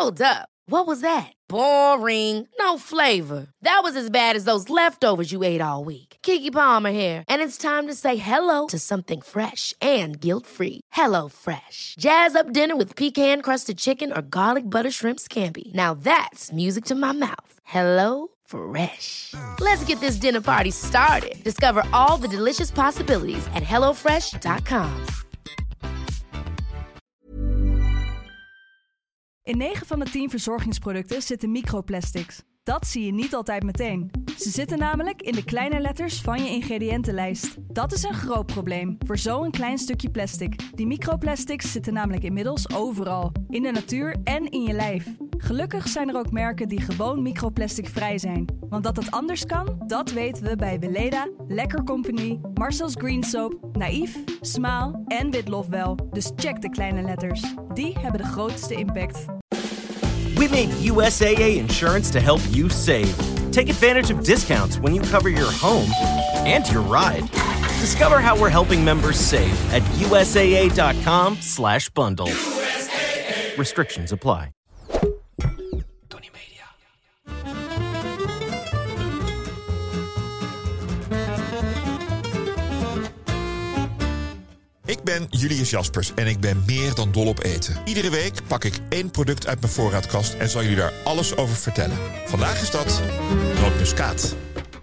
Hold up. What was that? Boring. No flavor. That was as bad as those leftovers you ate all week. Keke Palmer here. And it's time to say hello to something fresh and guilt-free. Hello Fresh. Jazz up dinner with pecan-crusted chicken or garlic butter shrimp scampi. Now that's music to my mouth. Hello Fresh. Let's get this dinner party started. Discover all the delicious possibilities at hellofresh.com. In 9 van de 10 verzorgingsproducten zitten microplastics. Dat zie je niet altijd meteen. Ze zitten namelijk in de kleine letters van je ingrediëntenlijst. Dat is een groot probleem voor zo'n klein stukje plastic. Die microplastics zitten namelijk inmiddels overal. In de natuur en in je lijf. Gelukkig zijn er ook merken die gewoon microplasticvrij zijn. Want dat het anders kan, dat weten we bij Weleda, Lekker Company, Marcel's Green Soap, Naïef, Smaal en Witlof wel. Dus check de kleine letters. Die hebben de grootste impact. We made USAA insurance to help you save. Take advantage of discounts when you cover your home and your ride. Discover how we're helping members save at USAA.com/bundle. USAA. Restrictions apply. Tony Media. Ik ben Julius Jaspers en ik ben meer dan dol op eten. Iedere week pak ik 1 product uit mijn voorraadkast en zal jullie daar alles over vertellen. Vandaag is dat nootmuskaat.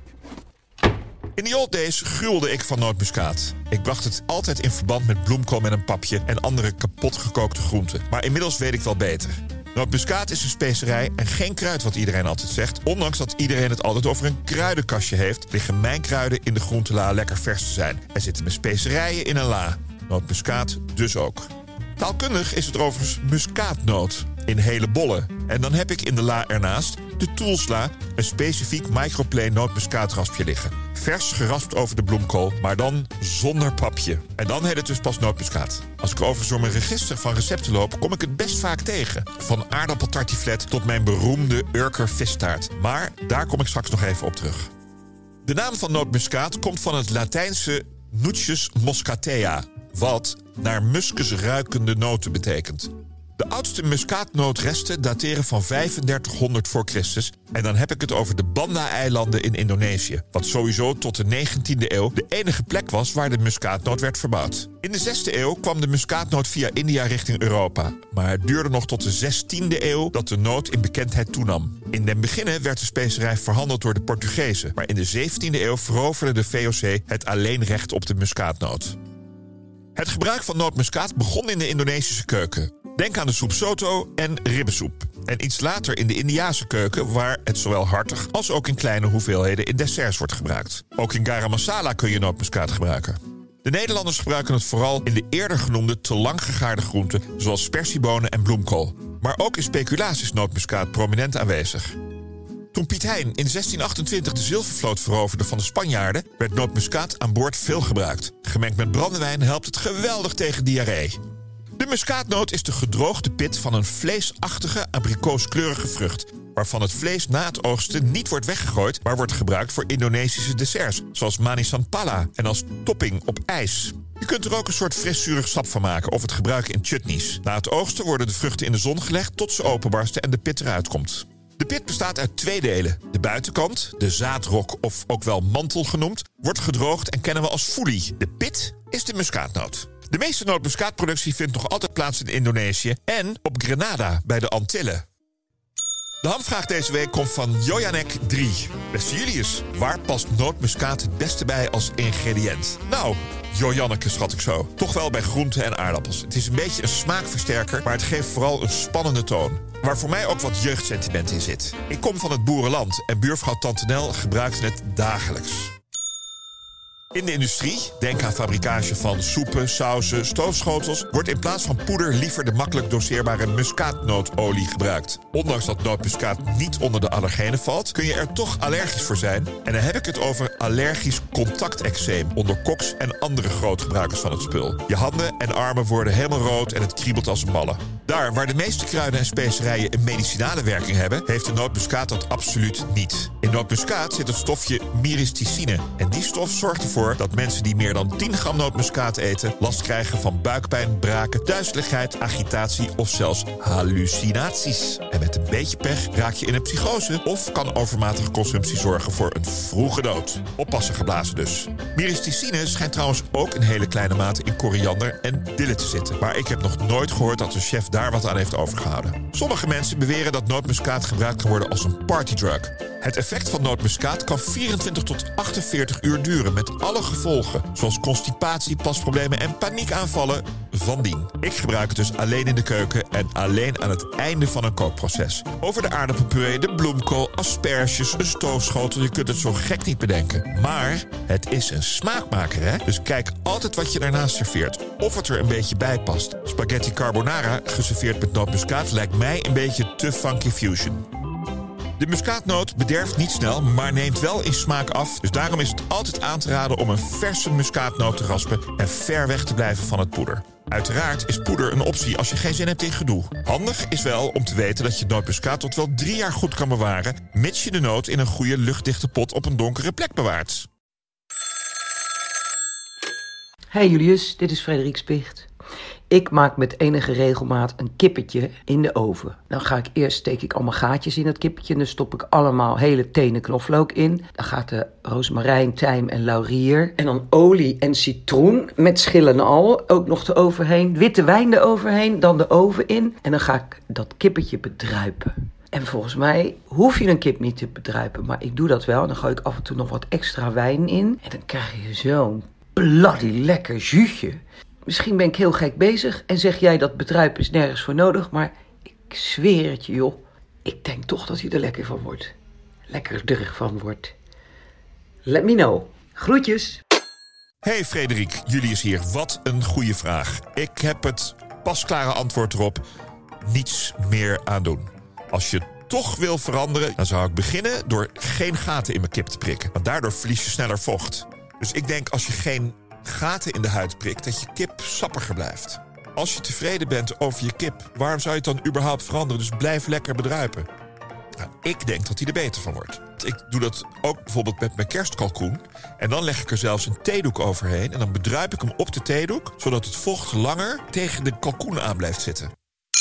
In the old days gruwelde ik van nootmuskaat. Ik bracht het altijd in verband met bloemkool met een papje en andere kapot gekookte groenten. Maar inmiddels weet ik wel beter. Nootmuskaat is een specerij en geen kruid wat iedereen altijd zegt. Ondanks dat iedereen het altijd over een kruidenkastje heeft, liggen mijn kruiden in de groentela lekker vers te zijn. Er zitten mijn specerijen in een la. Nootmuskaat dus ook. Taalkundig is het overigens muskaatnoot in hele bollen. En dan heb ik in de la ernaast de toelsla, een specifiek microplane nootmuskaatraspje liggen. Vers geraspt over de bloemkool, maar dan zonder papje. En dan heet het dus pas nootmuskaat. Als ik overigens door mijn register van recepten loop, kom ik het best vaak tegen. Van aardappeltartiflet tot mijn beroemde Urker vistaart. Maar daar kom ik straks nog even op terug. De naam van nootmuskaat komt van het Latijnse Nutus moscatea, wat naar muskus ruikende noten betekent. De oudste muskaatnootresten dateren van 3500 voor Christus. En dan heb ik het over de Banda-eilanden in Indonesië. Wat sowieso tot de 19e eeuw de enige plek was waar de muskaatnoot werd verbouwd. In de 6e eeuw kwam de muskaatnoot via India richting Europa. Maar het duurde nog tot de 16e eeuw dat de noot in bekendheid toenam. In den beginnen werd de specerij verhandeld door de Portugezen. Maar in de 17e eeuw veroverde de VOC het alleenrecht op de muskaatnoot. Het gebruik van nootmuskaat begon in de Indonesische keuken. Denk aan de soep soto en ribbensoep. En iets later in de Indiase keuken, waar het zowel hartig als ook in kleine hoeveelheden in desserts wordt gebruikt. Ook in garam masala kun je nootmuskaat gebruiken. De Nederlanders gebruiken het vooral in de eerder genoemde te lang gegaarde groenten, zoals spersiebonen en bloemkool. Maar ook in speculaas is nootmuskaat prominent aanwezig. Toen Piet Hein in 1628 de zilvervloot veroverde van de Spanjaarden, werd nootmuskaat aan boord veel gebruikt. Gemengd met brandewijn helpt het geweldig tegen diarree. De muskaatnoot is de gedroogde pit van een vleesachtige, abrikooskleurige vrucht, waarvan het vlees na het oogsten niet wordt weggegooid, maar wordt gebruikt voor Indonesische desserts, zoals manisan pala en als topping op ijs. Je kunt er ook een soort friszurig sap van maken of het gebruiken in chutneys. Na het oogsten worden de vruchten in de zon gelegd tot ze openbarsten en de pit eruit komt. De pit bestaat uit 2 delen. De buitenkant, de zaadrok of ook wel mantel genoemd, wordt gedroogd en kennen we als foelie. De pit is de muskaatnoot. De meeste nootmuskaatproductie vindt nog altijd plaats in Indonesië en op Grenada bij de Antillen. De hamvraag deze week komt van Jojanek 3. Beste Julius, waar past nootmuskaat het beste bij als ingrediënt? Nou, Jojanneke schat ik zo. Toch wel bij groenten en aardappels. Het is een beetje een smaakversterker, maar het geeft vooral een spannende toon. Waar voor mij ook wat jeugdsentiment in zit. Ik kom van het boerenland en buurvrouw Tante Nel gebruikt het dagelijks. In de industrie, denk aan fabricage van soepen, sauzen, stoofschotels, wordt in plaats van poeder liever de makkelijk doseerbare muskaatnootolie gebruikt. Ondanks dat nootmuskaat niet onder de allergenen valt, kun je er toch allergisch voor zijn. En dan heb ik het over allergisch contacteczeem onder koks en andere grootgebruikers van het spul. Je handen en armen worden helemaal rood en het kriebelt als een malle. Daar waar de meeste kruiden en specerijen een medicinale werking hebben, heeft de nootmuskaat dat absoluut niet. In nootmuskaat zit het stofje myristicine en die stof zorgt ervoor ervoor dat mensen die meer dan 10 gram nootmuskaat eten last krijgen van buikpijn, braken, duizeligheid, agitatie of zelfs hallucinaties. En met een beetje pech raak je in een psychose of kan overmatige consumptie zorgen voor een vroege dood. Oppassen geblazen dus. Myristicine schijnt trouwens ook in hele kleine mate in koriander en dille te zitten. Maar ik heb nog nooit gehoord dat de chef daar wat aan heeft overgehouden. Sommige mensen beweren dat nootmuskaat gebruikt kan worden als een partydrug. Het effect van nootmuskaat kan 24 tot 48 uur duren met alle gevolgen, zoals constipatie, pasproblemen en paniekaanvallen van dien. Ik gebruik het dus alleen in de keuken en alleen aan het einde van een kookproces. Over de aardappelpuree, de bloemkool, asperges, een stoofschotel, je kunt het zo gek niet bedenken. Maar het is een smaakmaker, hè? Dus kijk altijd wat je daarnaast serveert, of het er een beetje bij past. Spaghetti carbonara, geserveerd met nootmuskaat, lijkt mij een beetje te funky fusion. De muskaatnoot bederft niet snel, maar neemt wel in smaak af. Dus daarom is het altijd aan te raden om een verse muskaatnoot te raspen en ver weg te blijven van het poeder. Uiteraard is poeder een optie als je geen zin hebt in gedoe. Handig is wel om te weten dat je nootmuskaat tot wel 3 jaar goed kan bewaren, mits je de noot in een goede luchtdichte pot op een donkere plek bewaart. Hey Julius, dit is Frederik Spicht. Ik maak met enige regelmaat een kippetje in de oven. Dan steek ik allemaal gaatjes in dat kippetje en dan stop ik allemaal hele tenen knoflook in. Dan gaat de rozemarijn, tijm en laurier. En dan olie en citroen met schillen en al ook nog eroverheen. Witte wijn eroverheen, dan de oven in. En dan ga ik dat kippetje bedruipen. En volgens mij hoef je een kip niet te bedruipen, maar ik doe dat wel. En dan gooi ik af en toe nog wat extra wijn in. En dan krijg je zo'n bloody lekker juutje. Misschien ben ik heel gek bezig en zeg jij dat bedruipen is nergens voor nodig, maar ik zweer het je, joh. Ik denk toch dat hij er lekker van wordt. Lekkerder van wordt. Let me know. Groetjes. Hey Frederik, Julius hier. Wat een goede vraag. Ik heb het pasklare antwoord erop. Niets meer aan doen. Als je toch wil veranderen, dan zou ik beginnen door geen gaten in mijn kip te prikken. Want daardoor verlies je sneller vocht. Dus ik denk als je geen gaten in de huid prikt, dat je kip sappiger blijft. Als je tevreden bent over je kip, waarom zou je het dan überhaupt veranderen? Dus blijf lekker bedruipen. Nou, ik denk dat hij er beter van wordt. Ik doe dat ook bijvoorbeeld met mijn kerstkalkoen. En dan leg ik er zelfs een theedoek overheen. En dan bedruip ik hem op de theedoek, zodat het vocht langer tegen de kalkoen aan blijft zitten.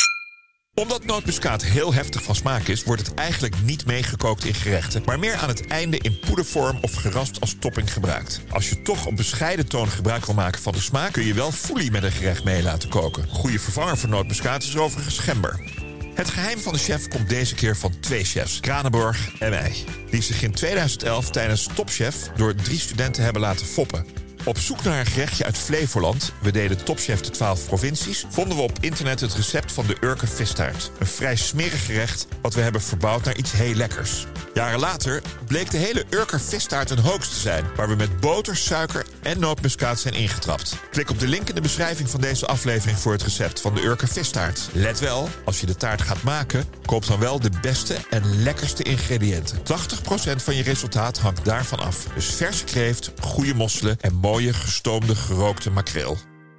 Omdat nootmuskaat heel heftig van smaak is, wordt het eigenlijk niet meegekookt in gerechten, maar meer aan het einde in poedervorm of geraspt als topping gebruikt. Als je toch op bescheiden toon gebruik wil maken van de smaak, kun je wel foelie met een gerecht mee laten koken. Goede vervanger voor nootmuskaat is overigens gember. Het geheim van de chef komt deze keer van 2 chefs, Kranenborg en mij, die zich in 2011 tijdens Top Chef door 3 studenten hebben laten foppen. Op zoek naar een gerechtje uit Flevoland, we deden Top Chef de 12 provincies, vonden we op internet het recept van de Urker vistaart. Een vrij smerig gerecht wat we hebben verbouwd naar iets heel lekkers. Jaren later bleek de hele Urker vistaart een hoax te zijn, waar we met boter, suiker en nootmuskaat zijn ingetrapt. Klik op de link in de beschrijving van deze aflevering voor het recept van de Urker vistaart. Let wel, als je de taart gaat maken, koop dan wel de beste en lekkerste ingrediënten. 80% van je resultaat hangt daarvan af. Dus verse kreeft, goede mosselen en mooie gestoomde gerookte makreel.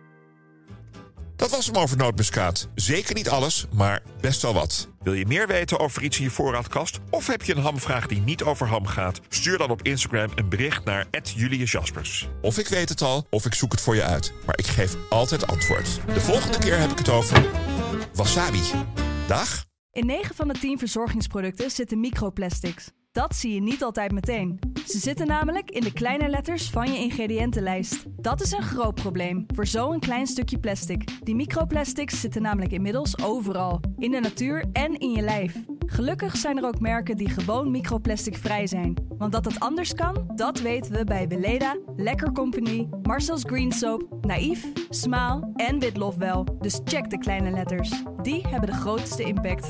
Dat was hem over nootmuskaat. Zeker niet alles, maar best wel wat. Wil je meer weten over iets in je voorraadkast? Of heb je een hamvraag die niet over ham gaat? Stuur dan op Instagram een bericht naar @JuliusJaspers. Of ik weet het al, of ik zoek het voor je uit. Maar ik geef altijd antwoord. De volgende keer heb ik het over wasabi. Dag. In 9 van de 10 verzorgingsproducten zitten microplastics. Dat zie je niet altijd meteen. Ze zitten namelijk in de kleine letters van je ingrediëntenlijst. Dat is een groot probleem voor zo'n klein stukje plastic. Die microplastics zitten namelijk inmiddels overal. In de natuur en in je lijf. Gelukkig zijn er ook merken die gewoon microplasticvrij zijn. Want dat het anders kan, dat weten we bij Weleda, Lekker Company, Marcel's Green Soap, Naïef, Smaal en Witlof wel. Dus check de kleine letters. Die hebben de grootste impact.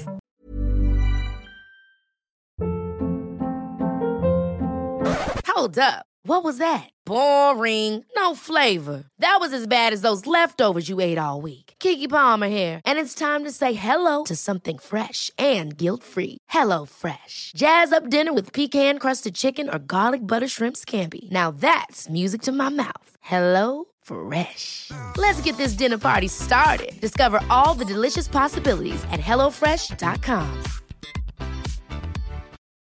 Hold up. What was that? Boring. No flavor. That was as bad as those leftovers you ate all week. Keke Palmer here, and it's time to say hello to something fresh and guilt-free. Hello Fresh. Jazz up dinner with pecan-crusted chicken or garlic butter shrimp scampi. Now that's music to my mouth. Hello Fresh. Let's get this dinner party started. Discover all the delicious possibilities at HelloFresh.com.